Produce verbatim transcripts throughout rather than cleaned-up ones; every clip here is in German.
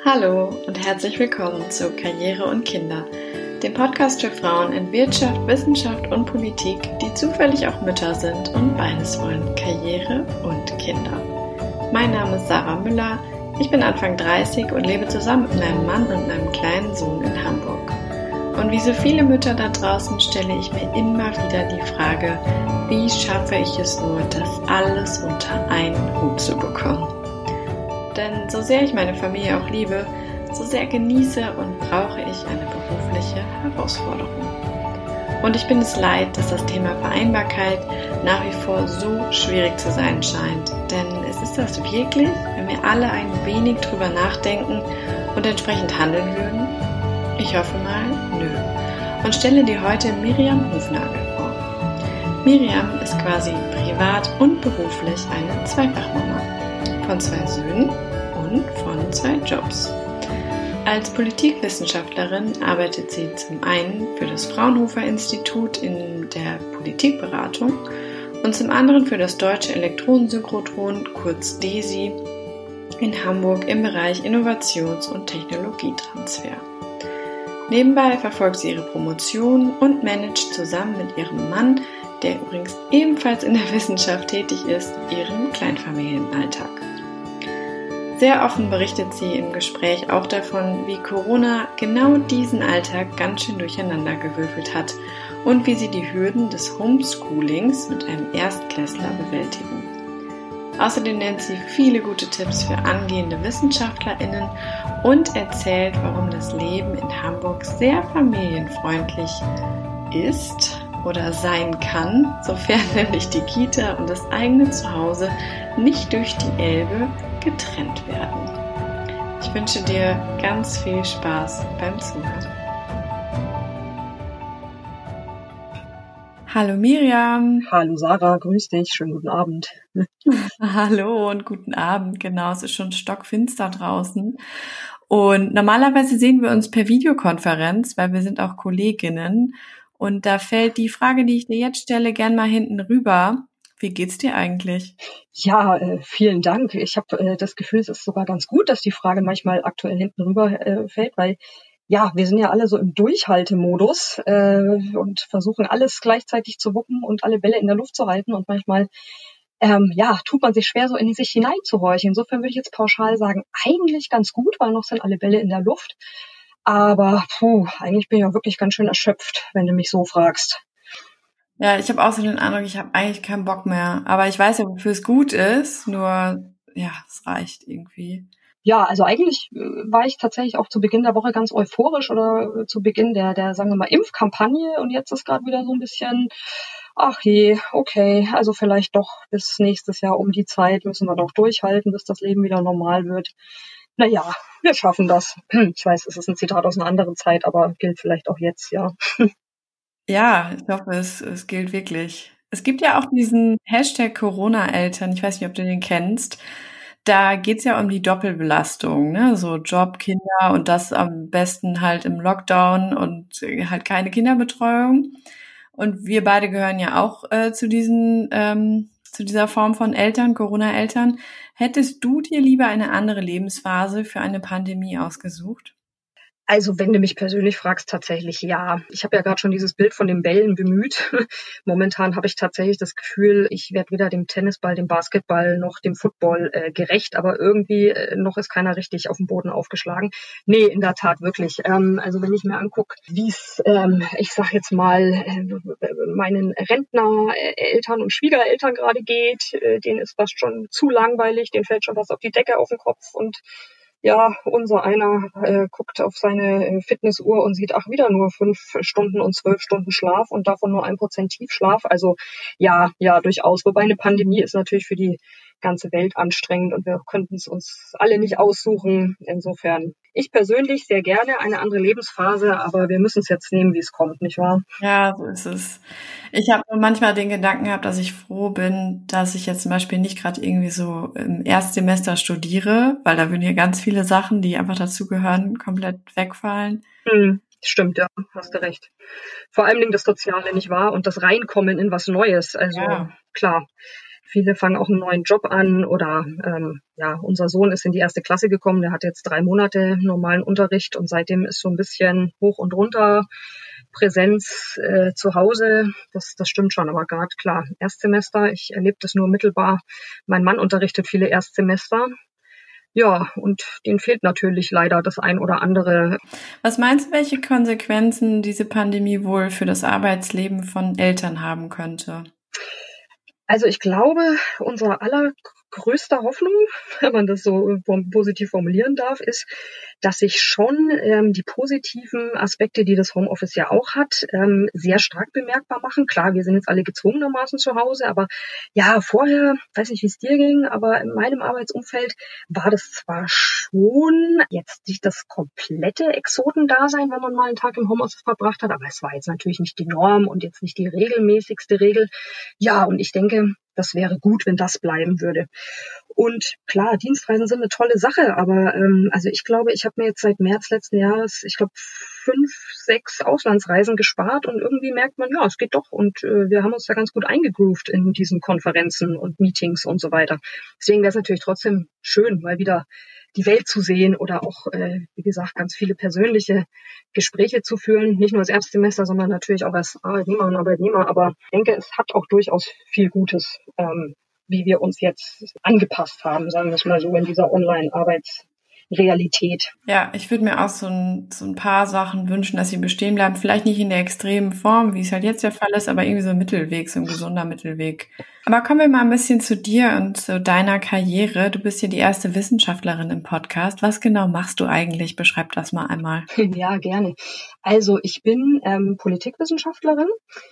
Hallo und herzlich willkommen zu Karriere und Kinder, dem Podcast für Frauen in Wirtschaft, Wissenschaft und Politik, die zufällig auch Mütter sind und beides wollen, Karriere und Kinder. Mein Name ist Sarah Müller, ich bin Anfang dreißig und lebe zusammen mit meinem Mann und meinem kleinen Sohn in Hamburg. Und wie so viele Mütter da draußen stelle ich mir immer wieder die Frage, wie schaffe ich es nur, das alles unter einen Hut zu bekommen? Denn so sehr ich meine Familie auch liebe, so sehr genieße und brauche ich eine berufliche Herausforderung. Und ich bin es leid, dass das Thema Vereinbarkeit nach wie vor so schwierig zu sein scheint. Denn es ist das wirklich, wenn wir alle ein wenig drüber nachdenken und entsprechend handeln würden? Ich hoffe mal, nö. Und stelle dir heute Miriam Hufnagel vor. Miriam ist quasi privat und beruflich eine Zweifachmama. Von zwei Söhnen und von zwei Jobs. Als Politikwissenschaftlerin arbeitet sie zum einen für das Fraunhofer Institut in der Politikberatung und zum anderen für das Deutsche Elektronensynchrotron, kurz DESI, in Hamburg im Bereich Innovations- und Technologietransfer. Nebenbei verfolgt sie ihre Promotion und managt zusammen mit ihrem Mann, der übrigens ebenfalls in der Wissenschaft tätig ist, ihren Kleinfamilienalltag. Sehr offen berichtet sie im Gespräch auch davon, wie Corona genau diesen Alltag ganz schön durcheinander gewürfelt hat und wie sie die Hürden des Homeschoolings mit einem Erstklässler bewältigen. Außerdem nennt sie viele gute Tipps für angehende WissenschaftlerInnen und erzählt, warum das Leben in Hamburg sehr familienfreundlich ist oder sein kann, sofern nämlich die Kita und das eigene Zuhause nicht durch die Elbe getrennt werden. Ich wünsche dir ganz viel Spaß beim Zuhören. Hallo Miriam. Hallo Sarah, grüß dich, schönen guten Abend. Hallo und guten Abend, genau, es ist schon stockfinster draußen. Und normalerweise sehen wir uns per Videokonferenz, weil wir sind auch Kolleginnen. Und da fällt die Frage, die ich dir jetzt stelle, gern mal hinten rüber. Wie geht's dir eigentlich? Ja, äh, vielen Dank. Ich habe äh, das Gefühl, es ist sogar ganz gut, dass die Frage manchmal aktuell hinten rüber äh, fällt, weil ja, wir sind ja alle so im Durchhaltemodus äh, und versuchen alles gleichzeitig zu wuppen und alle Bälle in der Luft zu halten. Und manchmal ähm, ja, tut man sich schwer, so in sich hineinzuhorchen. Insofern würde ich jetzt pauschal sagen, eigentlich ganz gut, weil noch sind alle Bälle in der Luft. Aber puh, eigentlich bin ich auch wirklich ganz schön erschöpft, wenn du mich so fragst. Ja, ich habe auch so den Eindruck, ich habe eigentlich keinen Bock mehr. Aber ich weiß ja, wofür es gut ist, nur ja, es reicht irgendwie. Ja, also eigentlich äh, war ich tatsächlich auch zu Beginn der Woche ganz euphorisch oder äh, zu Beginn der, der, sagen wir mal, Impfkampagne. Und jetzt ist gerade wieder so ein bisschen, ach je, okay, also vielleicht doch bis nächstes Jahr um die Zeit müssen wir doch durchhalten, bis das Leben wieder normal wird. Naja, wir schaffen das. Ich weiß, es ist ein Zitat aus einer anderen Zeit, aber gilt vielleicht auch jetzt, ja. Ja, ich hoffe, es, es gilt wirklich. Es gibt ja auch diesen Hashtag Corona-Eltern, ich weiß nicht, ob du den kennst. Da geht's ja um die Doppelbelastung, ne? So Job, Kinder und das am besten halt im Lockdown und halt keine Kinderbetreuung. Und wir beide gehören ja auch äh, zu diesen ähm, zu dieser Form von Eltern, Corona-Eltern. Hättest du dir lieber eine andere Lebensphase für eine Pandemie ausgesucht? Also wenn du mich persönlich fragst, tatsächlich ja. Ich habe ja gerade schon dieses Bild von den Bällen bemüht. Momentan habe ich tatsächlich das Gefühl, ich werde weder dem Tennisball, dem Basketball noch dem Football äh, gerecht, aber irgendwie äh, noch ist keiner richtig auf dem Boden aufgeschlagen. Nee, in der Tat wirklich. Ähm, also wenn ich mir angucke, wie es, ähm, ich sag jetzt mal, äh, meinen Rentnereltern und Schwiegereltern gerade geht, äh, denen ist das schon zu langweilig, denen fällt schon was auf die Decke auf den Kopf und ja, unser einer äh, guckt auf seine äh, Fitnessuhr und sieht, ach, wieder nur fünf Stunden und zwölf Stunden Schlaf und davon nur ein Prozent Tiefschlaf. Also ja, ja, durchaus. Wobei eine Pandemie ist natürlich für die ganze Welt anstrengend und wir könnten es uns alle nicht aussuchen. Insofern, ich persönlich sehr gerne eine andere Lebensphase, aber wir müssen es jetzt nehmen, wie es kommt, nicht wahr? Ja, so ist es. Ich habe manchmal den Gedanken gehabt, dass ich froh bin, dass ich jetzt zum Beispiel nicht gerade irgendwie so im Erstsemester studiere, weil da würden hier ganz viele Sachen, die einfach dazugehören, komplett wegfallen. Hm, stimmt, ja, hast du recht. Vor allem das Soziale, nicht wahr? Und das Reinkommen in was Neues. Also Ja. klar. Viele fangen auch einen neuen Job an oder ähm, ja, unser Sohn ist in die erste Klasse gekommen, der hat jetzt drei Monate normalen Unterricht und seitdem ist so ein bisschen hoch und runter Präsenz äh, zu Hause. Das, das stimmt schon, aber gerade klar, Erstsemester, ich erlebe das nur mittelbar. Mein Mann unterrichtet viele Erstsemester. Ja, und denen fehlt natürlich leider das ein oder andere. Was meinst du, welche Konsequenzen diese Pandemie wohl für das Arbeitsleben von Eltern haben könnte? Also ich glaube, unser allergrößter Hoffnung, wenn man das so positiv formulieren darf, ist, dass sich schon ähm, die positiven Aspekte, die das Homeoffice ja auch hat, ähm, sehr stark bemerkbar machen. Klar, wir sind jetzt alle gezwungenermaßen zu Hause, aber ja, vorher, weiß nicht, wie es dir ging, aber in meinem Arbeitsumfeld war das zwar schon jetzt nicht das komplette Exotendasein, wenn man mal einen Tag im Homeoffice verbracht hat, aber es war jetzt natürlich nicht die Norm und jetzt nicht die regelmäßigste Regel. Ja, und ich denke, das wäre gut, wenn das bleiben würde. Und klar, Dienstreisen sind eine tolle Sache, aber ähm, also ich glaube, ich habe mir jetzt seit März letzten Jahres, ich glaube, fünf, sechs Auslandsreisen gespart und irgendwie merkt man, ja, es geht doch und äh, wir haben uns da ganz gut eingegroovt in diesen Konferenzen und Meetings und so weiter. Deswegen wäre es natürlich trotzdem schön, mal wieder die Welt zu sehen oder auch, äh, wie gesagt, ganz viele persönliche Gespräche zu führen, nicht nur als Erstsemester, sondern natürlich auch als Arbeitnehmer und Arbeitnehmer. Aber ich denke, es hat auch durchaus viel Gutes, ähm, wie wir uns jetzt angepasst haben, sagen wir es mal so, in dieser Online-Arbeitsrealität. Ja, ich würde mir auch so ein, so ein paar Sachen wünschen, dass sie bestehen bleiben. Vielleicht nicht in der extremen Form, wie es halt jetzt der Fall ist, aber irgendwie so ein Mittelweg, so ein gesunder Mittelweg. Aber kommen wir mal ein bisschen zu dir und zu deiner Karriere. Du bist ja die erste Wissenschaftlerin im Podcast. Was genau machst du eigentlich? Beschreib das mal einmal. Ja, gerne. Also ich bin ähm, Politikwissenschaftlerin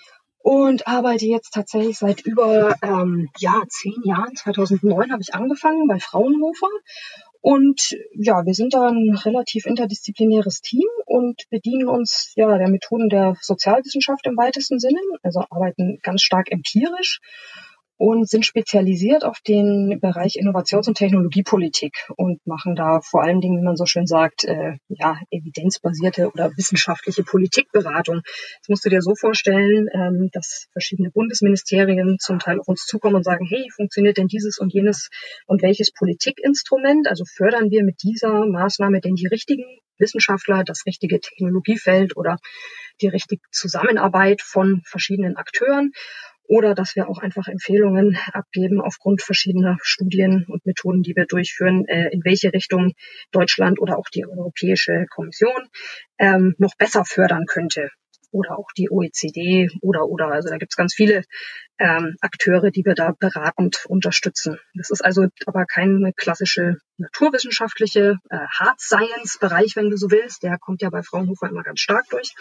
und arbeite jetzt tatsächlich seit über ähm, ja, zehn Jahren. zweitausendneun habe ich angefangen bei Fraunhofer. Und ja, wir sind da ein relativ interdisziplinäres Team und bedienen uns ja der Methoden der Sozialwissenschaft im weitesten Sinne, also arbeiten ganz stark empirisch und sind spezialisiert auf den Bereich Innovations- und Technologiepolitik und machen da vor allen Dingen, wie man so schön sagt, äh, ja, evidenzbasierte oder wissenschaftliche Politikberatung. Das musst du dir so vorstellen, ähm, dass verschiedene Bundesministerien zum Teil auf uns zukommen und sagen, hey, funktioniert denn dieses und jenes und welches Politikinstrument? Also fördern wir mit dieser Maßnahme denn die richtigen Wissenschaftler, das richtige Technologiefeld oder die richtige Zusammenarbeit von verschiedenen Akteuren? Oder dass wir auch einfach Empfehlungen abgeben aufgrund verschiedener Studien und Methoden, die wir durchführen, in welche Richtung Deutschland oder auch die Europäische Kommission ähm, noch besser fördern könnte. Oder auch die O E C D oder, oder. Also da gibt es ganz viele ähm, Akteure, die wir da beratend unterstützen. Das ist also aber keine klassische naturwissenschaftliche äh, Hard Science-Bereich, wenn du so willst. Der kommt ja bei Fraunhofer immer ganz stark durch.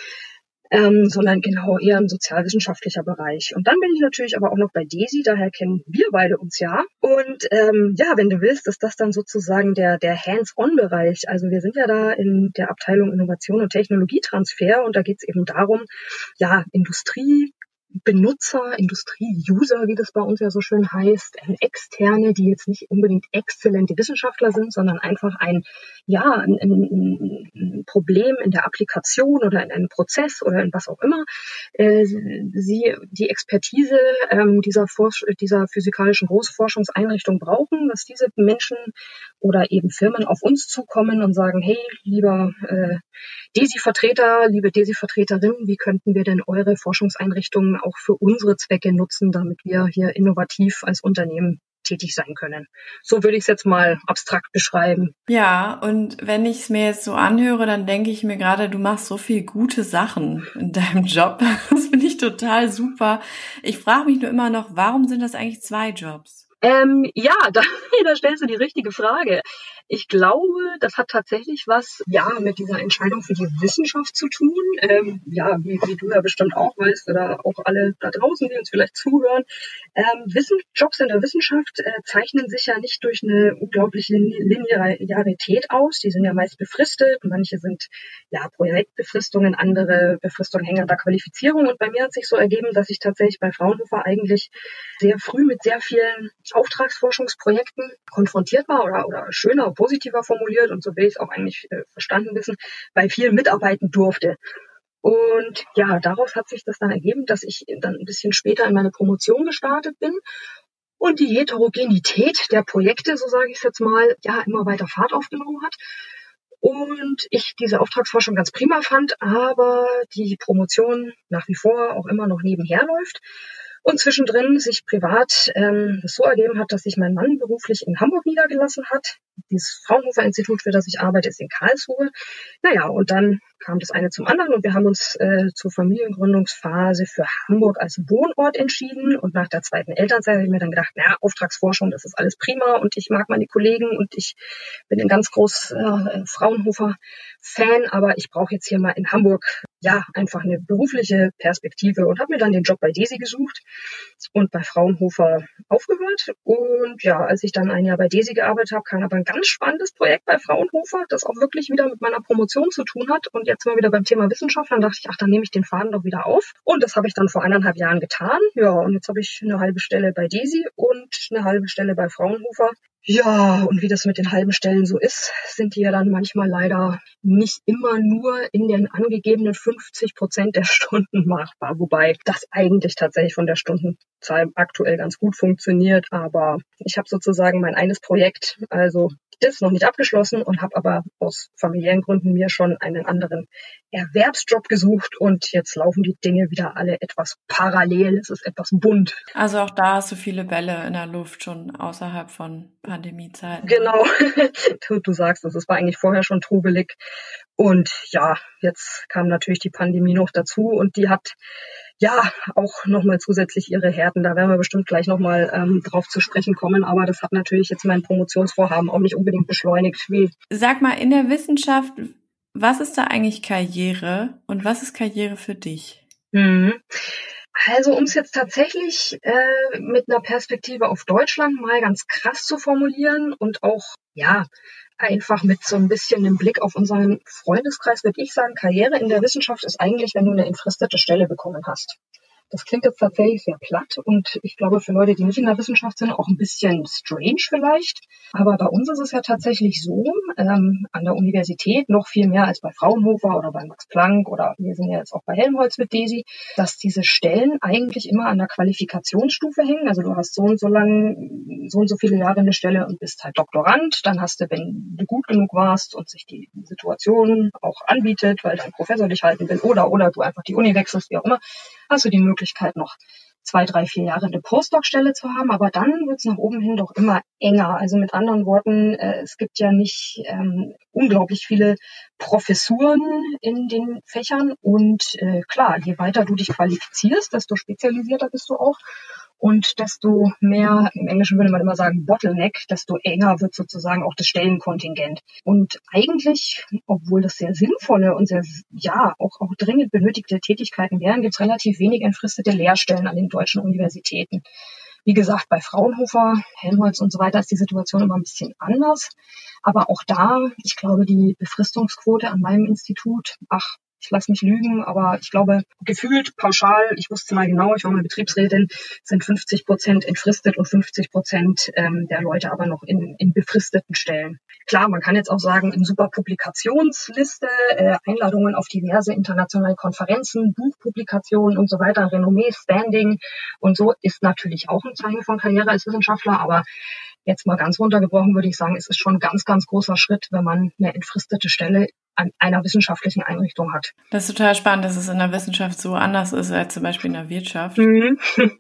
Ähm, sondern genau eher ein sozialwissenschaftlicher Bereich. Und dann bin ich natürlich aber auch noch bei DESI, daher kennen wir beide uns ja. Und ähm, ja, wenn du willst, ist das dann sozusagen der der Hands-on-Bereich. Also wir sind ja da in der Abteilung Innovation und Technologietransfer und da geht es eben darum, ja, Industrie, Benutzer, Industrie-User, wie das bei uns ja so schön heißt, Externe, die jetzt nicht unbedingt exzellente Wissenschaftler sind, sondern einfach ein, ja, ein, ein, ein Problem in der Applikation oder in einem Prozess oder in was auch immer, äh, sie die Expertise ähm, dieser, Forsch- dieser physikalischen Großforschungseinrichtung brauchen, dass diese Menschen oder eben Firmen auf uns zukommen und sagen, hey, lieber äh, DESI-Vertreter, liebe DESI-Vertreterin, wie könnten wir denn eure Forschungseinrichtungen auch für unsere Zwecke nutzen, damit wir hier innovativ als Unternehmen tätig sein können. So würde ich es jetzt mal abstrakt beschreiben. Ja, und wenn ich es mir jetzt so anhöre, dann denke ich mir gerade, du machst so viel gute Sachen in deinem Job. Das finde ich total super. Ich frage mich nur immer noch, warum sind das eigentlich zwei Jobs? Ähm, ja, da, da stellst du die richtige Frage. Ich glaube, das hat tatsächlich was, ja, mit dieser Entscheidung für die Wissenschaft zu tun. Ähm, ja, wie, wie du ja bestimmt auch weißt oder auch alle da draußen, die uns vielleicht zuhören. Ähm, Wissen, Jobs in der Wissenschaft äh, zeichnen sich ja nicht durch eine unglaubliche Linearität aus. Die sind ja meist befristet. Manche sind ja Projektbefristungen, andere Befristungen hängen an der Qualifizierung. Und bei mir hat sich so ergeben, dass ich tatsächlich bei Fraunhofer eigentlich sehr früh mit sehr vielen Auftragsforschungsprojekten konfrontiert war oder, oder schöner, positiver formuliert und so will ich es auch eigentlich äh, verstanden wissen, bei vielen mitarbeiten durfte. Und ja, daraus hat sich das dann ergeben, dass ich dann ein bisschen später in meine Promotion gestartet bin und die Heterogenität der Projekte, so sage ich es jetzt mal, ja immer weiter Fahrt aufgenommen hat. Und ich diese Auftragsforschung ganz prima fand, aber die Promotion nach wie vor auch immer noch nebenher läuft. Und zwischendrin sich privat ähm, das so ergeben hat, dass sich mein Mann beruflich in Hamburg niedergelassen hat. Dieses Fraunhofer-Institut, für das ich arbeite, ist in Karlsruhe. Naja, und dann kam das eine zum anderen und wir haben uns äh, zur Familiengründungsphase für Hamburg als Wohnort entschieden. Und nach der zweiten Elternzeit habe ich mir dann gedacht, naja, Auftragsforschung, das ist alles prima und ich mag meine Kollegen und ich bin ein ganz groß äh, Fraunhofer-Fan, aber ich brauche jetzt hier mal in Hamburg ja einfach eine berufliche Perspektive und habe mir dann den Job bei DESI gesucht und bei Fraunhofer aufgehört. Und ja, als ich dann ein Jahr bei DESI gearbeitet habe, kam aber ein ganz spannendes Projekt bei Fraunhofer, das auch wirklich wieder mit meiner Promotion zu tun hat. Und jetzt mal wieder beim Thema Wissenschaft, dann dachte ich, ach, dann nehme ich den Faden doch wieder auf. Und das habe ich dann vor eineinhalb Jahren getan. Ja, und jetzt habe ich eine halbe Stelle bei DESI und eine halbe Stelle bei Fraunhofer. Ja, und wie das mit den halben Stellen so ist, sind die ja dann manchmal leider nicht immer nur in den angegebenen fünfzig Prozent der Stunden machbar. Wobei das eigentlich tatsächlich von der Stundenzahl aktuell ganz gut funktioniert. Aber ich habe sozusagen mein eines Projekt, also das noch nicht abgeschlossen und habe aber aus familiären Gründen mir schon einen anderen Erwerbsjob gesucht. Und jetzt laufen die Dinge wieder alle etwas parallel. Es ist etwas bunt. Also auch da hast du viele Bälle in der Luft, schon außerhalb von Pandemiezeiten. Genau, du, du sagst es, es war eigentlich vorher schon trubelig. Und ja, jetzt kam natürlich die Pandemie noch dazu und die hat ja auch nochmal zusätzlich ihre Härten. Da werden wir bestimmt gleich nochmal ähm, drauf zu sprechen kommen. Aber das hat natürlich jetzt mein Promotionsvorhaben auch nicht unbedingt beschleunigt. Wie Sag mal, in der Wissenschaft, was ist da eigentlich Karriere und was ist Karriere für dich? Mhm. Also um es jetzt tatsächlich äh, mit einer Perspektive auf Deutschland mal ganz krass zu formulieren und auch ja einfach mit so ein bisschen einem Blick auf unseren Freundeskreis, würde ich sagen, Karriere in der Wissenschaft ist eigentlich, wenn du eine entfristete Stelle bekommen hast. Das klingt jetzt tatsächlich sehr platt und ich glaube für Leute, die nicht in der Wissenschaft sind, auch ein bisschen strange vielleicht. Aber bei uns ist es ja tatsächlich so, ähm, an der Universität noch viel mehr als bei Fraunhofer oder bei Max Planck oder wir sind ja jetzt auch bei Helmholtz mit DESI, dass diese Stellen eigentlich immer an der Qualifikationsstufe hängen. Also du hast so und so lang, so und so viele Jahre eine Stelle und bist halt Doktorand. Dann hast du, wenn du gut genug warst und sich die Situation auch anbietet, weil dein Professor dich halten will oder oder du einfach die Uni wechselst, wie auch immer, hast du die Möglichkeit, noch zwei, drei, vier Jahre eine Postdoc-Stelle zu haben. Aber dann wird es nach oben hin doch immer enger. Also mit anderen Worten, äh, es gibt ja nicht ähm, unglaublich viele Professuren in den Fächern. Und äh, klar, je weiter du dich qualifizierst, desto spezialisierter bist du auch. Und desto mehr, im Englischen würde man immer sagen Bottleneck, desto enger wird sozusagen auch das Stellenkontingent. Und eigentlich, obwohl das sehr sinnvolle und sehr, ja, auch, auch dringend benötigte Tätigkeiten wären, gibt es relativ wenig entfristete Lehrstellen an den deutschen Universitäten. Wie gesagt, bei Fraunhofer, Helmholtz und so weiter ist die Situation immer ein bisschen anders. Aber auch da, ich glaube, die Befristungsquote an meinem Institut, ach, ich lasse mich lügen, aber ich glaube, gefühlt pauschal, ich wusste mal genau, ich war mal Betriebsrätin, sind fünfzig Prozent entfristet und fünfzig Prozent ähm, der Leute aber noch in, in befristeten Stellen. Klar, man kann jetzt auch sagen, in super Publikationsliste, äh, Einladungen auf diverse internationale Konferenzen, Buchpublikationen und so weiter, Renommee, Standing und so ist natürlich auch ein Zeichen von Karriere als Wissenschaftler, aber jetzt mal ganz runtergebrochen würde ich sagen, es ist schon ein ganz, ganz großer Schritt, wenn man eine entfristete Stelle an einer wissenschaftlichen Einrichtung hat. Das ist total spannend, dass es in der Wissenschaft so anders ist als zum Beispiel in der Wirtschaft. Mhm.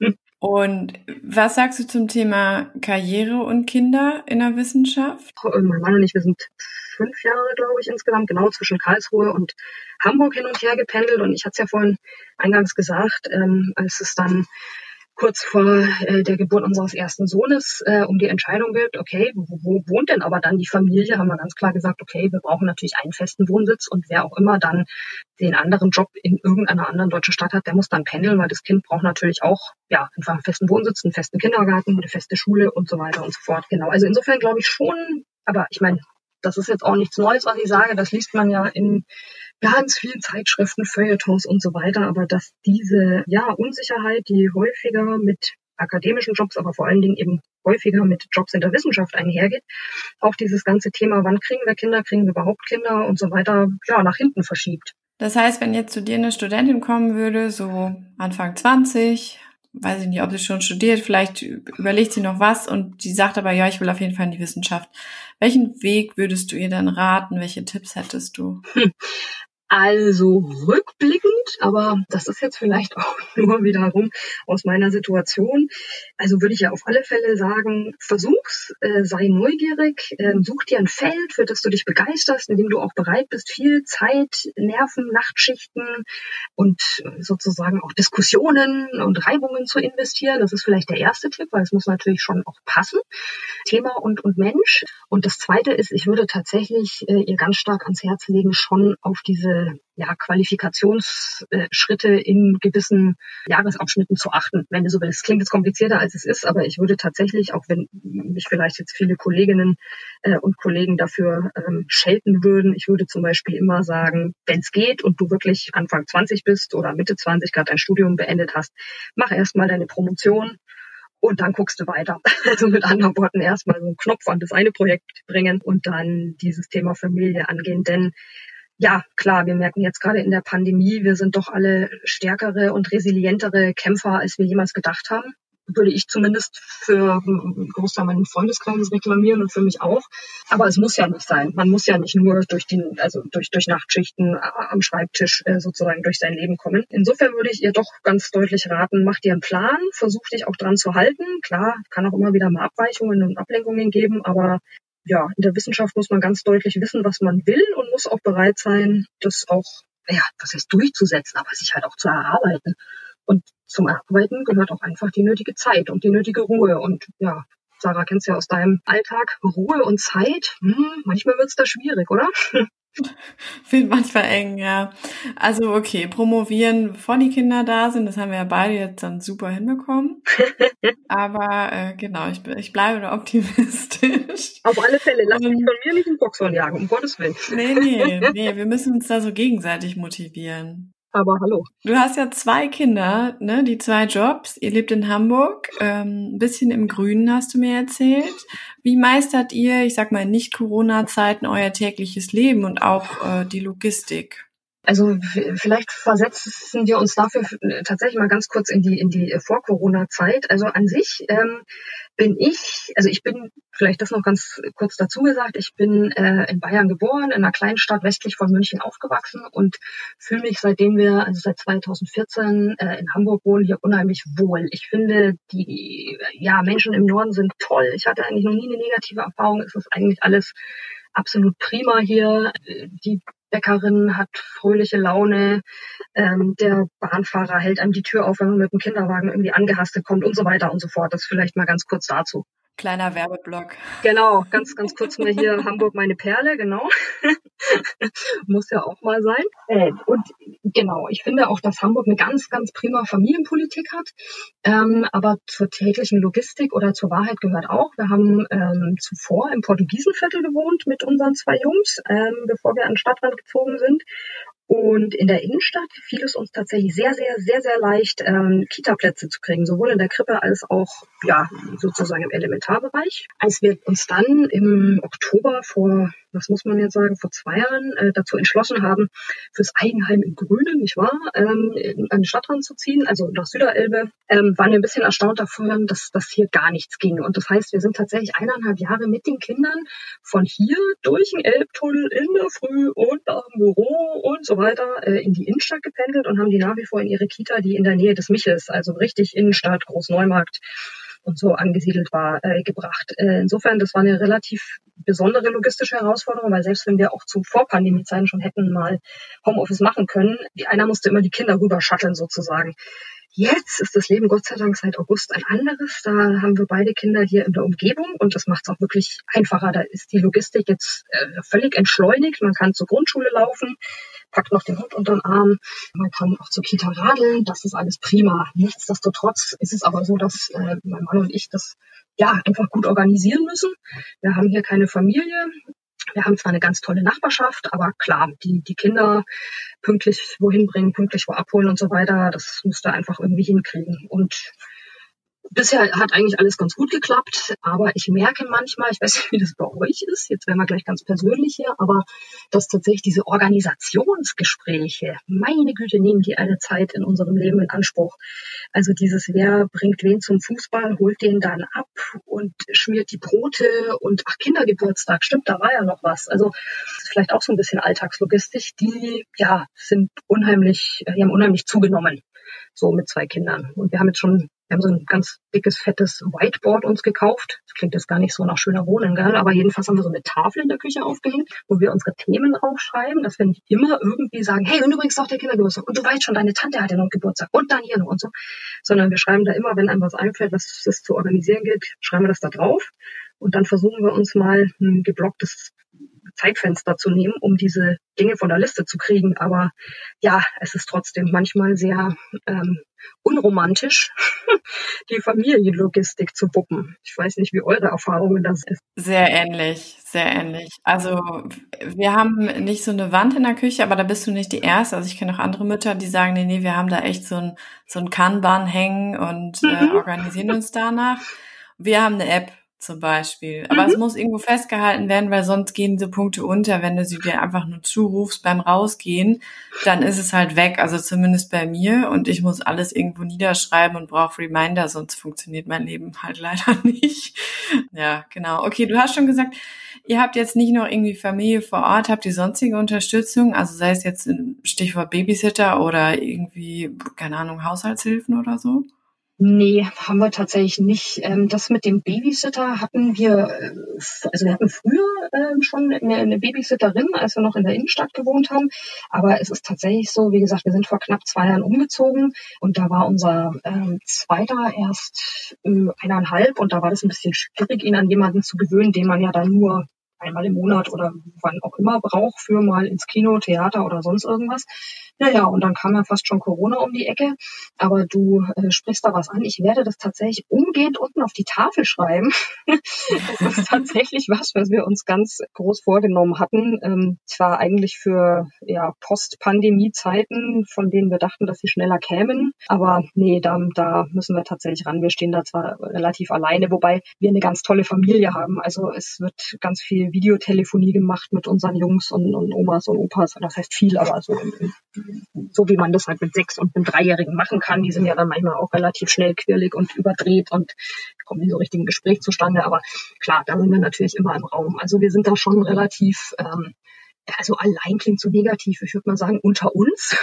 Und was sagst du zum Thema Karriere und Kinder in der Wissenschaft? Mein Mann und ich, wir sind fünf Jahre, glaube ich, insgesamt genau zwischen Karlsruhe und Hamburg hin und her gependelt. Und ich hatte es ja vorhin eingangs gesagt, ähm, als es dann kurz vor äh, der Geburt unseres ersten Sohnes äh, um die Entscheidung geht, okay, wo, wo wohnt denn aber dann die Familie, haben wir ganz klar gesagt, okay, wir brauchen natürlich einen festen Wohnsitz und wer auch immer dann den anderen Job in irgendeiner anderen deutschen Stadt hat, der muss dann pendeln, weil das Kind braucht natürlich auch ja einfach einen festen Wohnsitz, einen festen Kindergarten, eine feste Schule und so weiter und so fort. Genau, also insofern glaube ich schon, aber ich meine, das ist jetzt auch nichts Neues, was ich sage, das liest man ja in ganz vielen Zeitschriften, Feuilletons und so weiter, aber dass diese ja Unsicherheit, die häufiger mit akademischen Jobs, aber vor allen Dingen eben häufiger mit Jobs in der Wissenschaft einhergeht, auch dieses ganze Thema, wann kriegen wir Kinder, kriegen wir überhaupt Kinder und so weiter, ja, nach hinten verschiebt. Das heißt, wenn jetzt zu dir eine Studentin kommen würde, so Anfang zwanzig, weiß ich nicht, ob sie schon studiert, vielleicht überlegt sie noch was und die sagt aber, ja, ich will auf jeden Fall in die Wissenschaft. Welchen Weg würdest du ihr dann raten? Welche Tipps hättest du? Hm. Also rückblickend, aber das ist jetzt vielleicht auch nur wiederum aus meiner Situation. Also würde ich ja auf alle Fälle sagen, versuch's, äh, sei neugierig, äh, such dir ein Feld, für das du dich begeisterst, in dem du auch bereit bist, viel Zeit, Nerven, Nachtschichten und sozusagen auch Diskussionen und Reibungen zu investieren. Das ist vielleicht der erste Tipp, weil es muss natürlich schon auch passen, Thema und, und Mensch. Und das zweite ist, ich würde tatsächlich äh, ihr ganz stark ans Herz legen, schon auf diese ja, Qualifikationsschritte in gewissen Jahresabschnitten zu achten, wenn du so willst. Es klingt jetzt komplizierter, als es ist, aber ich würde tatsächlich, auch wenn mich vielleicht jetzt viele Kolleginnen äh, und Kollegen dafür ähm, schelten würden, ich würde zum Beispiel immer sagen, wenn es geht und du wirklich Anfang zwanzig bist oder Mitte zwanzig gerade dein Studium beendet hast, mach erstmal deine Promotion und dann guckst du weiter. Also mit anderen Worten erstmal so einen Knopf an das eine Projekt bringen und dann dieses Thema Familie angehen, denn ja, klar, wir merken jetzt gerade in der Pandemie, wir sind doch alle stärkere und resilientere Kämpfer, als wir jemals gedacht haben. Würde ich zumindest für einen Großteil meines Freundeskreises reklamieren und für mich auch. Aber es muss ja nicht sein. Man muss ja nicht nur durch den, also durch, durch Nachtschichten am Schreibtisch äh, sozusagen durch sein Leben kommen. Insofern würde ich ihr doch ganz deutlich raten, mach dir einen Plan, versuch dich auch dran zu halten. Klar, kann auch immer wieder mal Abweichungen und Ablenkungen geben, aber ja, in der Wissenschaft muss man ganz deutlich wissen, was man will und muss auch bereit sein, das auch, ja, was heißt durchzusetzen, aber sich halt auch zu erarbeiten. Und zum Erarbeiten gehört auch einfach die nötige Zeit und die nötige Ruhe. Und ja, Sarah, kennst du ja aus deinem Alltag, Ruhe und Zeit, hm, manchmal wird's da schwierig, oder? Wird manchmal eng, ja. Also okay, promovieren, bevor die Kinder da sind, das haben wir ja beide jetzt dann super hinbekommen. Aber äh, genau, ich, ich bleibe da optimistisch. Auf alle Fälle, lass mich von mir nicht einen Boxhorn jagen, um Gottes Willen. Nee, nee, nee, wir müssen uns da so gegenseitig motivieren. Aber hallo. Du hast ja zwei Kinder, ne, die zwei Jobs. Ihr lebt in Hamburg, ähm, ein bisschen im Grünen, hast du mir erzählt. Wie meistert ihr, ich sag mal, in Nicht-Corona-Zeiten euer tägliches Leben und auch äh, die Logistik? Also vielleicht versetzen wir uns dafür tatsächlich mal ganz kurz in die in die Vor-Corona-Zeit. Also an sich ähm, bin ich, also ich bin, vielleicht das noch ganz kurz dazu gesagt, ich bin äh, in Bayern geboren, in einer kleinen Stadt westlich von München aufgewachsen und fühle mich, seitdem wir, also seit zweitausendvierzehn äh, in Hamburg wohnen, hier unheimlich wohl. Ich finde, die ja Menschen im Norden sind toll. Ich hatte eigentlich noch nie eine negative Erfahrung. Es ist eigentlich alles absolut prima hier. Die Bäckerin hat fröhliche Laune, ähm, der Bahnfahrer hält einem die Tür auf, wenn man mit dem Kinderwagen irgendwie angehastet kommt und so weiter und so fort. Das vielleicht mal ganz kurz dazu. Kleiner Werbeblock. Genau, ganz, ganz kurz mal hier Hamburg meine Perle, genau. Muss ja auch mal sein. Äh, und genau, ich finde auch, dass Hamburg eine ganz, ganz prima Familienpolitik hat. Ähm, aber zur täglichen Logistik oder zur Wahrheit gehört auch, wir haben ähm, zuvor im Portugiesenviertel gewohnt mit unseren zwei Jungs, ähm, bevor wir an den Stadtrand gezogen sind. Und in der Innenstadt fiel es uns tatsächlich sehr, sehr, sehr, sehr leicht, ähm, Kita-Plätze zu kriegen, sowohl in der Krippe als auch ja sozusagen im Elementarbereich. Als wir uns dann im Oktober vor, was muss man jetzt sagen, vor zwei Jahren äh, dazu entschlossen haben, fürs Eigenheim im Grünen, nicht wahr, ähm, an den Stadtrand zu ziehen, also nach Süderelbe, ähm, waren wir ein bisschen erstaunt davon, dass das hier gar nichts ging. Und das heißt, wir sind tatsächlich eineinhalb Jahre mit den Kindern von hier durch den Elbtunnel in der Früh und nach dem Büro und so weiter äh, in die Innenstadt gependelt und haben die nach wie vor in ihre Kita, die in der Nähe des Michels, also richtig Innenstadt, Großneumarkt und so angesiedelt war, äh, gebracht. Äh, insofern, das war eine relativ besondere logistische Herausforderung, weil selbst wenn wir auch zu Vor-Pandemie-Zeiten schon hätten mal Homeoffice machen können, die einer musste immer die Kinder rüber shutteln sozusagen. Jetzt ist das Leben Gott sei Dank seit August ein anderes. Da haben wir beide Kinder hier in der Umgebung und das macht es auch wirklich einfacher. Da ist die Logistik jetzt äh, völlig entschleunigt. Man kann zur Grundschule laufen, packt noch den Hund unter den Arm. Man kann auch zur Kita radeln. Das ist alles prima. Nichtsdestotrotz ist es aber so, dass äh, mein Mann und ich das ja einfach gut organisieren müssen. Wir haben hier keine Familie. Wir haben zwar eine ganz tolle Nachbarschaft, aber klar, die, die Kinder pünktlich wohin bringen, pünktlich wo abholen und so weiter, das musst du einfach irgendwie hinkriegen. Und Bisher hat eigentlich alles ganz gut geklappt, aber ich merke manchmal, ich weiß nicht, wie das bei euch ist, jetzt werden wir gleich ganz persönlich hier, aber dass tatsächlich diese Organisationsgespräche, meine Güte, nehmen die eine Zeit in unserem Leben in Anspruch. Also dieses, wer bringt wen zum Fußball, holt den dann ab und schmiert die Brote und ach, Kindergeburtstag, stimmt, da war ja noch was. Also das ist vielleicht auch so ein bisschen Alltagslogistik, die ja sind unheimlich, die haben unheimlich zugenommen, so mit zwei Kindern. Und wir haben jetzt schon Wir haben so ein ganz dickes, fettes Whiteboard uns gekauft. Das klingt jetzt gar nicht so nach schöner Wohnung, gell? Aber jedenfalls haben wir so eine Tafel in der Küche aufgehängt, wo wir unsere Themen draufschreiben, dass wir nicht immer irgendwie sagen, hey, und übrigens auch der Kindergeburtstag. Und du weißt schon, deine Tante hat ja noch Geburtstag. Und dann hier noch und so. Sondern wir schreiben da immer, wenn einem was einfällt, was es zu organisieren gilt, schreiben wir das da drauf. Und dann versuchen wir uns mal ein geblocktes Zeitfenster zu nehmen, um diese Dinge von der Liste zu kriegen. Aber ja, es ist trotzdem manchmal sehr ähm, unromantisch, die Familienlogistik zu wuppen. Ich weiß nicht, wie eure Erfahrungen das ist. Sehr ähnlich, sehr ähnlich. Also wir haben nicht so eine Wand in der Küche, aber da bist du nicht die Erste. Also ich kenne auch andere Mütter, die sagen, nee, nee, wir haben da echt so ein, so ein Kanban hängen und äh, Mhm. organisieren uns danach. Wir haben eine App zum Beispiel. Aber Mhm. es muss irgendwo festgehalten werden, weil sonst gehen diese Punkte unter. Wenn du sie dir einfach nur zurufst beim Rausgehen, dann ist es halt weg. Also zumindest bei mir. Und ich muss alles irgendwo niederschreiben und brauche Reminder, sonst funktioniert mein Leben halt leider nicht. Ja, genau. Okay, du hast schon gesagt, ihr habt jetzt nicht noch irgendwie Familie vor Ort. Habt ihr sonstige Unterstützung? Also sei es jetzt ein Stichwort Babysitter oder irgendwie, keine Ahnung, Haushaltshilfen oder so? Nee, haben wir tatsächlich nicht. Ähm, das mit dem Babysitter hatten wir, äh, also wir hatten früher äh, schon eine, eine Babysitterin, als wir noch in der Innenstadt gewohnt haben. Aber es ist tatsächlich so, wie gesagt, wir sind vor knapp zwei Jahren umgezogen und da war unser ähm, Zweiter erst äh, eineinhalb und da war das ein bisschen schwierig, ihn an jemanden zu gewöhnen, den man ja dann nur einmal im Monat oder wann auch immer braucht für mal ins Kino, Theater oder sonst irgendwas. Naja, und dann kam ja fast schon Corona um die Ecke. Aber du äh, sprichst da was an. Ich werde das tatsächlich umgehend unten auf die Tafel schreiben. Das ist tatsächlich was, was wir uns ganz groß vorgenommen hatten. Ähm, zwar eigentlich für ja, Post-Pandemie-Zeiten, von denen wir dachten, dass sie schneller kämen. Aber nee, da, da müssen wir tatsächlich ran. Wir stehen da zwar relativ alleine, wobei wir eine ganz tolle Familie haben. Also es wird ganz viel Videotelefonie gemacht mit unseren Jungs und, und Omas und Opas. Das heißt viel, aber so, so wie man das halt mit Sechs- und einem Dreijährigen machen kann. Die sind ja dann manchmal auch relativ schnell quirlig und überdreht und kommen nicht so richtig im Gespräch zustande. Aber klar, da sind wir natürlich immer im Raum. Also wir sind da schon relativ, ähm, also allein klingt so negativ, ich würde mal sagen, unter uns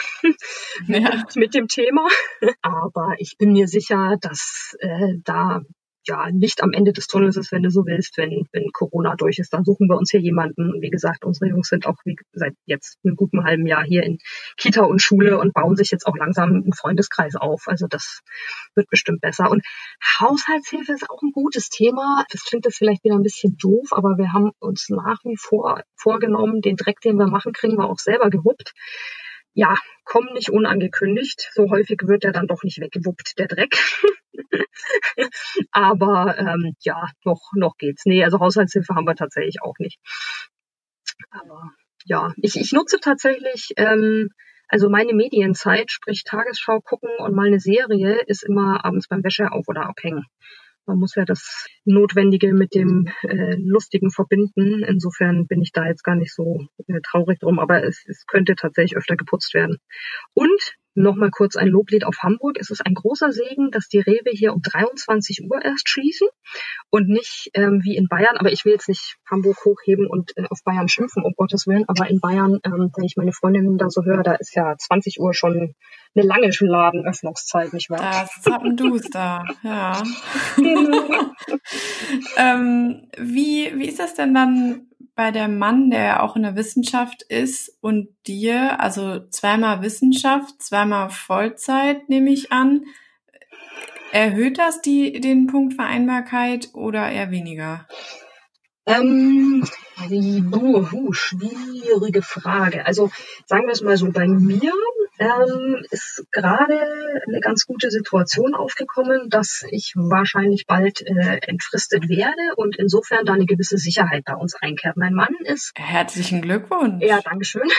Ja. mit dem Thema. Aber ich bin mir sicher, dass äh, da ja Licht am Ende des Tunnels ist, wenn du so willst, wenn, wenn Corona durch ist. Dann suchen wir uns hier jemanden. Und wie gesagt, unsere Jungs sind auch wie, seit jetzt einem guten halben Jahr hier in Kita und Schule und bauen sich jetzt auch langsam einen Freundeskreis auf. Also das wird bestimmt besser. Und Haushaltshilfe ist auch ein gutes Thema. Das klingt jetzt vielleicht wieder ein bisschen doof, aber wir haben uns nach wie vor vorgenommen, den Dreck, den wir machen, kriegen wir auch selber gewuppt. Ja, kommen nicht unangekündigt. So häufig wird er dann doch nicht weggewuppt, der Dreck. Aber ähm, ja, noch, noch geht's. Nee, also Haushaltshilfe haben wir tatsächlich auch nicht. Aber ja, ich, ich nutze tatsächlich, ähm, also meine Medienzeit, sprich Tagesschau gucken und mal eine Serie, ist immer abends beim Wäscheauf- oder Abhängen. Man muss ja das Notwendige mit dem äh, Lustigen verbinden. Insofern bin ich da jetzt gar nicht so äh, traurig drum, aber es, es könnte tatsächlich öfter geputzt werden. Und nochmal kurz ein Loblied auf Hamburg. Es ist ein großer Segen, dass die Rewe hier um dreiundzwanzig Uhr erst schließen und nicht ähm, wie in Bayern. Aber ich will jetzt nicht Hamburg hochheben und äh, auf Bayern schimpfen, um Gottes Willen. Aber in Bayern, ähm, wenn ich meine Freundinnen da so höre, da ist ja zwanzig Uhr schon eine lange Ladenöffnungszeit, nicht wahr? Das ist Zappenduster, ja. ähm, wie, wie ist das denn dann bei dem Mann, der ja auch in der Wissenschaft ist und dir, also zweimal Wissenschaft, zweimal Vollzeit, nehme ich an. Erhöht das die, den Punkt Vereinbarkeit oder eher weniger? Ähm, uh, uh, schwierige Frage. Also sagen wir es mal so, bei mir ähm, ist gerade eine ganz gute Situation aufgekommen, dass ich wahrscheinlich bald äh, entfristet werde und insofern da eine gewisse Sicherheit bei uns einkehrt. Mein Mann ist... Herzlichen Glückwunsch. Ja, Dankeschön.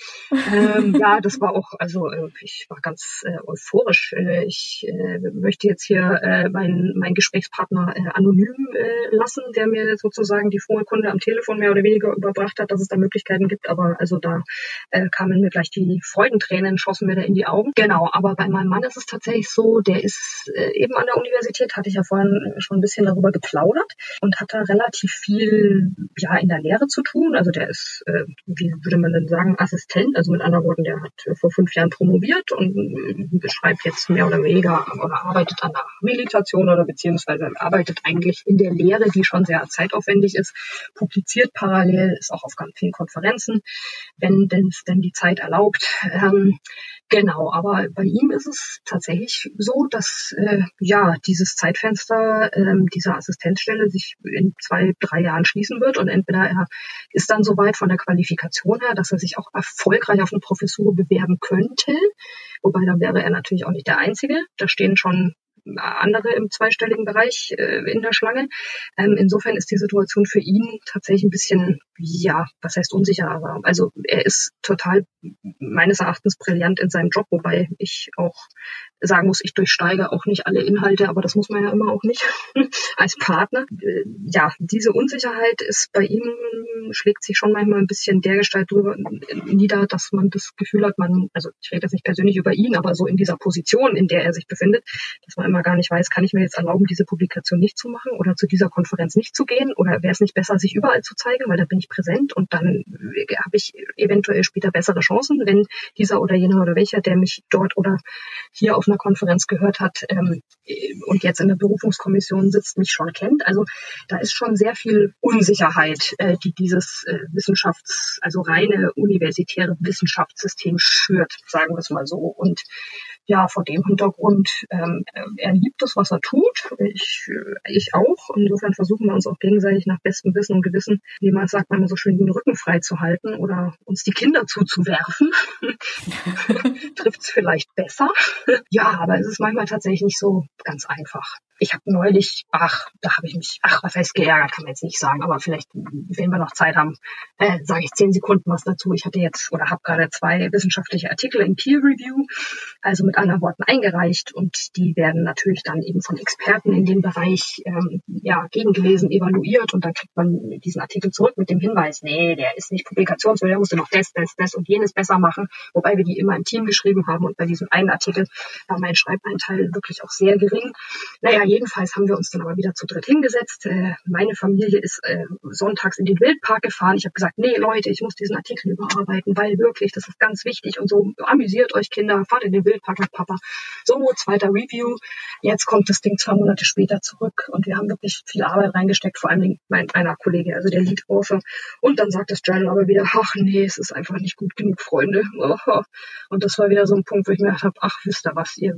ähm, ja, das war auch, also äh, ich war ganz äh, euphorisch. Äh, ich äh, möchte jetzt hier äh, meinen mein Gesprächspartner äh, anonym äh, lassen, der mir sozusagen die frohe Kunde am Telefon mehr oder weniger überbracht hat, dass es da Möglichkeiten gibt. Aber also da äh, kamen mir gleich die Freudentränen, schossen mir da in die Augen. Genau, aber bei meinem Mann ist es tatsächlich so, der ist äh, eben an der Universität, hatte ich ja vorhin schon ein bisschen darüber geplaudert und hat da relativ viel ja in der Lehre zu tun. Also der ist, äh, wie würde man denn sagen, Assistent. Also mit anderen Worten, der hat äh, vor fünf Jahren promoviert und äh, beschreibt jetzt mehr oder weniger oder arbeitet an der Habilitation oder beziehungsweise arbeitet eigentlich in der Lehre, die schon sehr zeitaufwendig ist, publiziert parallel, ist auch auf ganz vielen Konferenzen, wenn denn es denn die Zeit erlaubt. Ähm, genau, aber bei ihm ist es tatsächlich so, dass äh, ja dieses Zeitfenster ähm, dieser Assistenzstelle sich in zwei, drei Jahren schließen wird und entweder er ist dann soweit von der Qualifikation her, dass er sich auch erfolgreich auf eine Professur bewerben könnte, wobei dann wäre er natürlich auch nicht der Einzige. Da stehen schon andere im zweistelligen Bereich äh, in der Schlange. Ähm, insofern ist die Situation für ihn tatsächlich ein bisschen, ja, was heißt unsicher, aber also er ist total meines Erachtens brillant in seinem Job, wobei ich auch sagen muss, ich durchsteige auch nicht alle Inhalte, aber das muss man ja immer auch nicht als Partner. Äh, ja, diese Unsicherheit ist bei ihm, schlägt sich schon manchmal ein bisschen dergestalt drüber nieder, dass man das Gefühl hat, man, also ich rede jetzt nicht persönlich über ihn, aber so in dieser Position, in der er sich befindet, dass man immer gar nicht weiß, kann ich mir jetzt erlauben, diese Publikation nicht zu machen oder zu dieser Konferenz nicht zu gehen oder wäre es nicht besser, sich überall zu zeigen, weil da bin ich präsent und dann habe ich eventuell später bessere Chancen, wenn dieser oder jener oder welcher, der mich dort oder hier auf einer Konferenz gehört hat ähm, und jetzt in der Berufungskommission sitzt, mich schon kennt. Also da ist schon sehr viel Unsicherheit, äh, die dieses äh, Wissenschafts-, also reine universitäre Wissenschaftssystem schürt, sagen wir es mal so. Und ja, vor dem Hintergrund, ähm, er liebt es, was er tut. Ich, ich auch. Insofern versuchen wir uns auch gegenseitig nach bestem Wissen und Gewissen, wie man sagt, man so schön den Rücken frei zu halten oder uns die Kinder zuzuwerfen. Trifft es vielleicht besser. Ja, aber es ist manchmal tatsächlich nicht so ganz einfach. Ich habe neulich, ach, da habe ich mich, ach, was heißt geärgert, kann man jetzt nicht sagen, aber vielleicht, wenn wir noch Zeit haben, äh, sage ich zehn Sekunden was dazu. Ich hatte jetzt oder habe gerade zwei wissenschaftliche Artikel in Peer Review, also mit anderen Worten eingereicht und die werden natürlich dann eben von Experten in dem Bereich ähm, ja gegengelesen, evaluiert und dann kriegt man diesen Artikel zurück mit dem Hinweis, nee, der ist nicht publikationswürdig, der musste noch das, das, das und jenes besser machen, wobei wir die immer im Team geschrieben haben und bei diesem einen Artikel war mein Schreibeinteil wirklich auch sehr gering. Naja, jedenfalls haben wir uns dann aber wieder zu dritt hingesetzt. Äh, meine Familie ist äh, sonntags in den Wildpark gefahren. Ich habe gesagt, nee Leute, ich muss diesen Artikel überarbeiten, weil wirklich, das ist ganz wichtig und so, amüsiert euch Kinder, fahrt in den Wildpark mit Papa. So, zweiter Review. Jetzt kommt das Ding zwei Monate später zurück und wir haben wirklich viel Arbeit reingesteckt, vor allem mein einer Kollege, also der Lead Author. Und dann sagt das Journal aber wieder, ach nee, es ist einfach nicht gut genug, Freunde. Und das war wieder so ein Punkt, wo ich mir gedacht habe, ach, wisst ihr was, ihr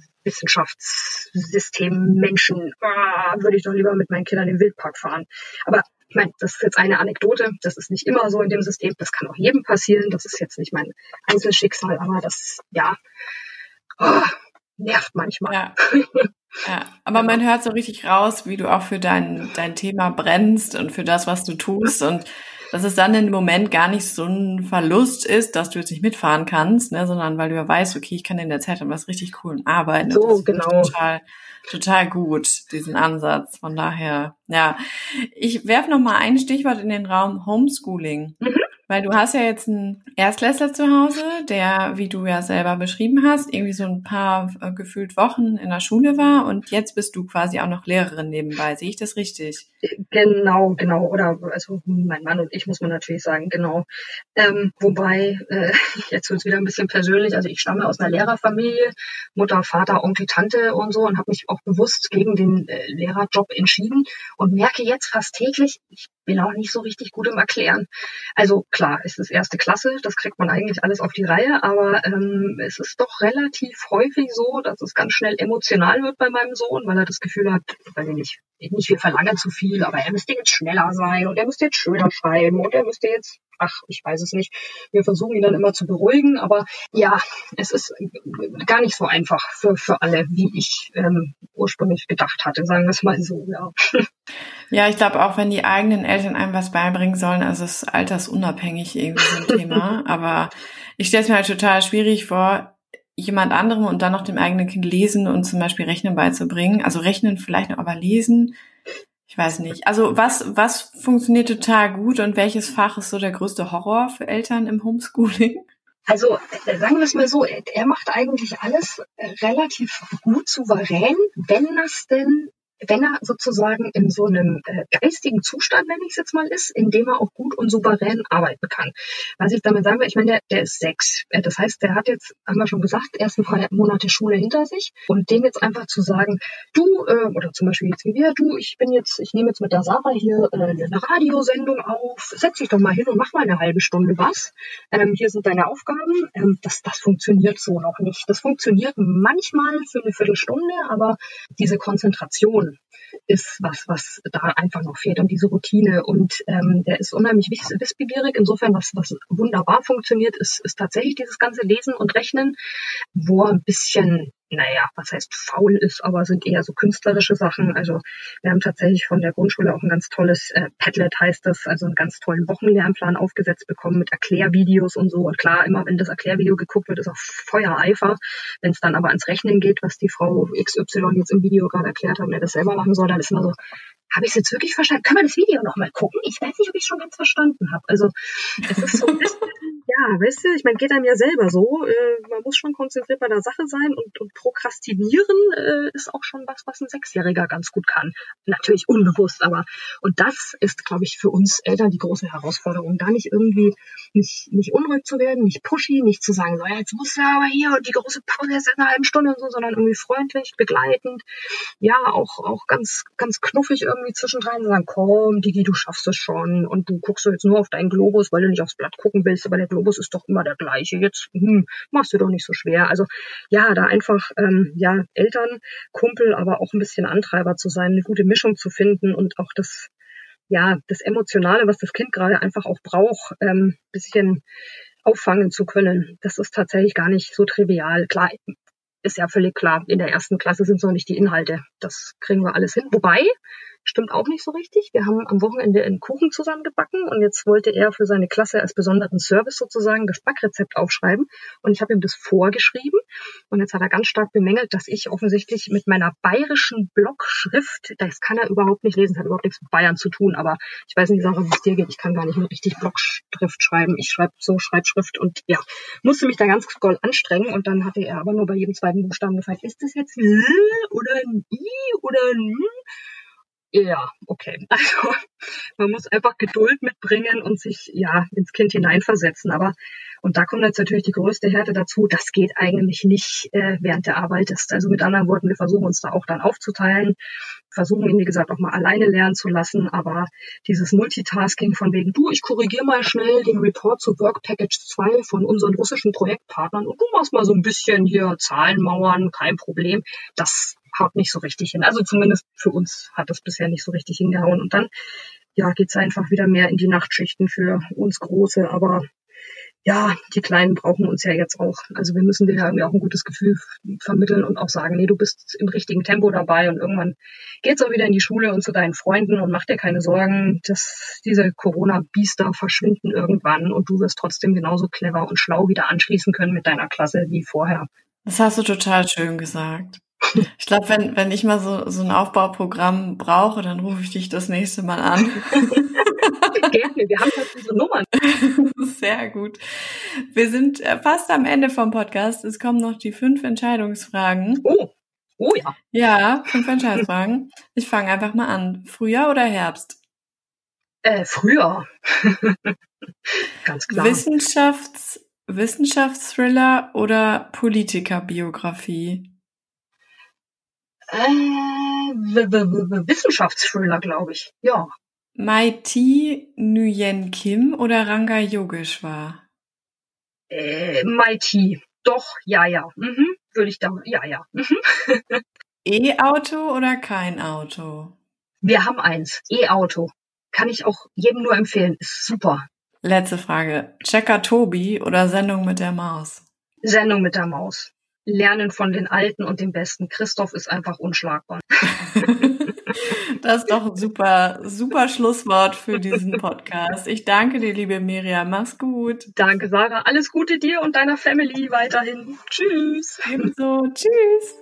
Wissenschaftssystem Menschen, ah, würde ich doch lieber mit meinen Kindern in den Wildpark fahren. Aber ich meine, das ist jetzt eine Anekdote, das ist nicht immer so in dem System, das kann auch jedem passieren, das ist jetzt nicht mein Einzelschicksal, aber das, ja, oh, nervt manchmal. Ja. Ja, aber man hört so richtig raus, wie du auch für dein, dein Thema brennst und für das, was du tust und dass es dann im Moment gar nicht so ein Verlust ist, dass du jetzt nicht mitfahren kannst, ne, sondern weil du ja weißt, okay, ich kann in der Zeit an was richtig Coolen arbeiten. So, und das genau. ist total, total gut, diesen Ansatz. Von daher, ja. Ich werfe noch mal ein Stichwort in den Raum Homeschooling. Mhm. Weil du hast ja jetzt einen Erstklässler zu Hause, der, wie du ja selber beschrieben hast, irgendwie so ein paar äh, gefühlt Wochen in der Schule war und jetzt bist du quasi auch noch Lehrerin nebenbei. Sehe ich das richtig? Genau, genau. Oder also mein Mann und ich, muss man natürlich sagen, genau. Ähm, wobei, äh, jetzt wird es wieder ein bisschen persönlich, also ich stamme aus einer Lehrerfamilie, Mutter, Vater, Onkel, Tante und so und habe mich auch bewusst gegen den äh, Lehrerjob entschieden und merke jetzt fast täglich, ich bin auch nicht so richtig gut im Erklären. Also klar, es ist erste Klasse, das kriegt man eigentlich alles auf die Reihe, aber ähm, es ist doch relativ häufig so, dass es ganz schnell emotional wird bei meinem Sohn, weil er das Gefühl hat, weiß ich nicht, nicht, wir verlangen zu viel, aber er müsste jetzt schneller sein und er müsste jetzt schöner schreiben und er müsste jetzt, ach, ich weiß es nicht. Wir versuchen ihn dann immer zu beruhigen, aber ja, es ist gar nicht so einfach für, für alle, wie ich ähm, ursprünglich gedacht hatte, sagen wir es mal so, ja. Ja, ich glaube auch, wenn die eigenen Eltern einem was beibringen sollen, also es ist altersunabhängig irgendwie so ein Thema, aber ich stelle es mir halt total schwierig vor, jemand anderem und dann noch dem eigenen Kind lesen und zum Beispiel Rechnen beizubringen. Also Rechnen vielleicht noch, aber lesen, ich weiß nicht. Also was was funktioniert total gut und welches Fach ist so der größte Horror für Eltern im Homeschooling? Also äh, sagen wir es mal so, er macht eigentlich alles äh, relativ gut souverän, wenn das denn wenn er sozusagen in so einem äh, geistigen Zustand, nenne ich es jetzt mal, ist, in dem er auch gut und souverän arbeiten kann. Was ich damit sagen will, ich meine, der, der ist sechs. Äh, das heißt, der hat jetzt, haben wir schon gesagt, erst ein paar Monate Schule hinter sich. Und dem jetzt einfach zu sagen, du, äh, oder zum Beispiel jetzt wie wir, du, ich bin jetzt, ich nehme jetzt mit der Sarah hier äh, eine Radiosendung auf, setz dich doch mal hin und mach mal eine halbe Stunde was. Ähm, hier sind deine Aufgaben. Ähm, das, das funktioniert so noch nicht. Das funktioniert manchmal für eine Viertelstunde, aber diese Konzentration ist was, was da einfach noch fehlt und diese Routine. Und ähm, der ist unheimlich wiss- wissbegierig. Insofern, was, was wunderbar funktioniert, ist, ist tatsächlich dieses ganze Lesen und Rechnen, wo er ein bisschen, naja, was heißt faul ist, aber sind eher so künstlerische Sachen. Also wir haben tatsächlich von der Grundschule auch ein ganz tolles äh, Padlet heißt das, also einen ganz tollen Wochenlernplan aufgesetzt bekommen mit Erklärvideos und so. Und klar, immer wenn das Erklärvideo geguckt wird, ist auch Feuereifer. Wenn es dann aber ans Rechnen geht, was die Frau X Y jetzt im Video gerade erklärt hat, und er das selber machen soll, dann ist immer so, habe ich es jetzt wirklich verstanden? Können wir das Video nochmal gucken? Ich weiß nicht, ob ich es schon ganz verstanden habe. Also es ist so ein bisschen, ja, weißt du, ich meine, geht einem ja selber so. Äh, man muss schon konzentriert bei der Sache sein und, und prokrastinieren äh, ist auch schon was, was ein Sechsjähriger ganz gut kann. Natürlich unbewusst, aber und das ist, glaube ich, für uns Eltern die große Herausforderung, da nicht irgendwie nicht, nicht unruhig zu werden, nicht pushy, nicht zu sagen, so, ja, jetzt musst du aber hier und die große Pause ist in einer halben Stunde und so, sondern irgendwie freundlich, begleitend, ja, auch, auch ganz, ganz knuffig irgendwie zwischendrin sagen, komm, Digi, du schaffst es schon und du guckst doch jetzt nur auf deinen Globus, weil du nicht aufs Blatt gucken willst, aber der Globus ist doch immer der gleiche. Jetzt hm, machst du doch nicht so schwer. Also ja, da einfach ähm, ja Eltern, Kumpel, aber auch ein bisschen Antreiber zu sein, eine gute Mischung zu finden und auch das ja das Emotionale, was das Kind gerade einfach auch braucht, ähm, bisschen auffangen zu können. Das ist tatsächlich gar nicht so trivial. Klar, ist ja völlig klar, in der ersten Klasse sind es noch nicht die Inhalte. Das kriegen wir alles hin. Wobei, stimmt auch nicht so richtig. Wir haben am Wochenende einen Kuchen zusammengebacken und jetzt wollte er für seine Klasse als besonderen Service sozusagen das Backrezept aufschreiben und ich habe ihm das vorgeschrieben und jetzt hat er ganz stark bemängelt, dass ich offensichtlich mit meiner bayerischen Blockschrift, das kann er überhaupt nicht lesen, das hat überhaupt nichts mit Bayern zu tun, aber ich weiß nicht, Sarah, wie es dir geht, ich kann gar nicht mehr richtig Blockschrift schreiben. Ich schreibe so Schreibschrift und ja, musste mich da ganz doll anstrengen und dann hatte er aber nur bei jedem zweiten Buchstaben gefragt, ist das jetzt L oder ein I oder ein M? Ja, okay. Also man muss einfach Geduld mitbringen und sich ja ins Kind hineinversetzen. Aber und da kommt jetzt natürlich die größte Härte dazu. Das geht eigentlich nicht äh, während der Arbeit ist. Also mit anderen Worten, wir versuchen uns da auch dann aufzuteilen, versuchen ihn wie gesagt auch mal alleine lernen zu lassen. Aber dieses Multitasking von wegen du, ich korrigiere mal schnell den Report zu Work Package zwei von unseren russischen Projektpartnern und du machst mal so ein bisschen hier Zahlenmauern, kein Problem. Das haut nicht so richtig hin. Also zumindest für uns hat das bisher nicht so richtig hingehauen. Und dann, ja, geht's einfach wieder mehr in die Nachtschichten für uns Große. Aber ja, die Kleinen brauchen uns ja jetzt auch. Also wir müssen denen ja irgendwie auch ein gutes Gefühl vermitteln und auch sagen, nee, du bist im richtigen Tempo dabei und irgendwann geht's auch wieder in die Schule und zu deinen Freunden und mach dir keine Sorgen, dass diese Corona-Biester verschwinden irgendwann und du wirst trotzdem genauso clever und schlau wieder anschließen können mit deiner Klasse wie vorher. Das hast du total schön gesagt. Ich glaube, wenn, wenn ich mal so, so ein Aufbauprogramm brauche, dann rufe ich dich das nächste Mal an. Gerne, wir haben halt unsere Nummern. Sehr gut. Wir sind fast am Ende vom Podcast. Es kommen noch die fünf Entscheidungsfragen. Oh, oh ja. Ja, fünf Entscheidungsfragen. Ich fange einfach mal an. Frühjahr oder Herbst? Äh, Frühjahr. Ganz klar. Wissenschafts, Wissenschaftsthriller oder Politikerbiografie? Äh, w- w- w- Wissenschaftsthriller, glaube ich. Ja. Mai T, Nguyen Kim oder Ranga Yogeshwar? Äh, Mighty. Doch, ja, ja. Mhm. Würde ich da, ja, ja. Mhm. E-Auto oder kein Auto? Wir haben eins, E-Auto. Kann ich auch jedem nur empfehlen, ist super. Letzte Frage, Checker Tobi oder Sendung mit der Maus? Sendung mit der Maus. Lernen von den Alten und den Besten. Christoph ist einfach unschlagbar. Das ist doch ein super, super Schlusswort für diesen Podcast. Ich danke dir, liebe Miriam. Mach's gut. Danke, Sarah. Alles Gute dir und deiner Family weiterhin. Tschüss. Ebenso. Tschüss.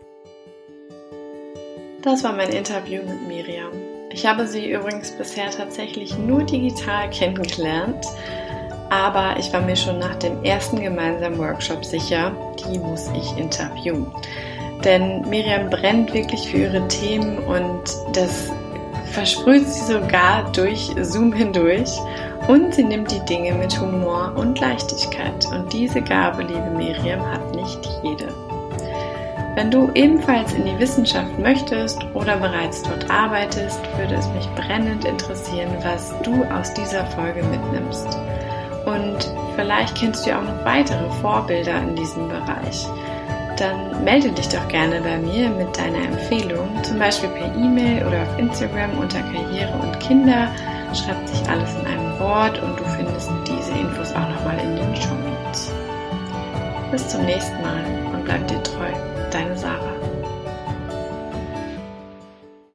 Das war mein Interview mit Miriam. Ich habe sie übrigens bisher tatsächlich nur digital kennengelernt. Aber ich war mir schon nach dem ersten gemeinsamen Workshop sicher, die muss ich interviewen. Denn Miriam brennt wirklich für ihre Themen und das versprüht sie sogar durch Zoom hindurch. Und sie nimmt die Dinge mit Humor und Leichtigkeit. Und diese Gabe, liebe Miriam, hat nicht jede. Wenn du ebenfalls in die Wissenschaft möchtest oder bereits dort arbeitest, würde es mich brennend interessieren, was du aus dieser Folge mitnimmst. Und vielleicht kennst du ja auch noch weitere Vorbilder in diesem Bereich. Dann melde dich doch gerne bei mir mit deiner Empfehlung, zum Beispiel per E-Mail oder auf Instagram unter Karriere und Kinder. Schreibt sich alles in einem Wort und du findest diese Infos auch nochmal in den Shownotes. Bis zum nächsten Mal und bleib dir treu. Deine Sarah.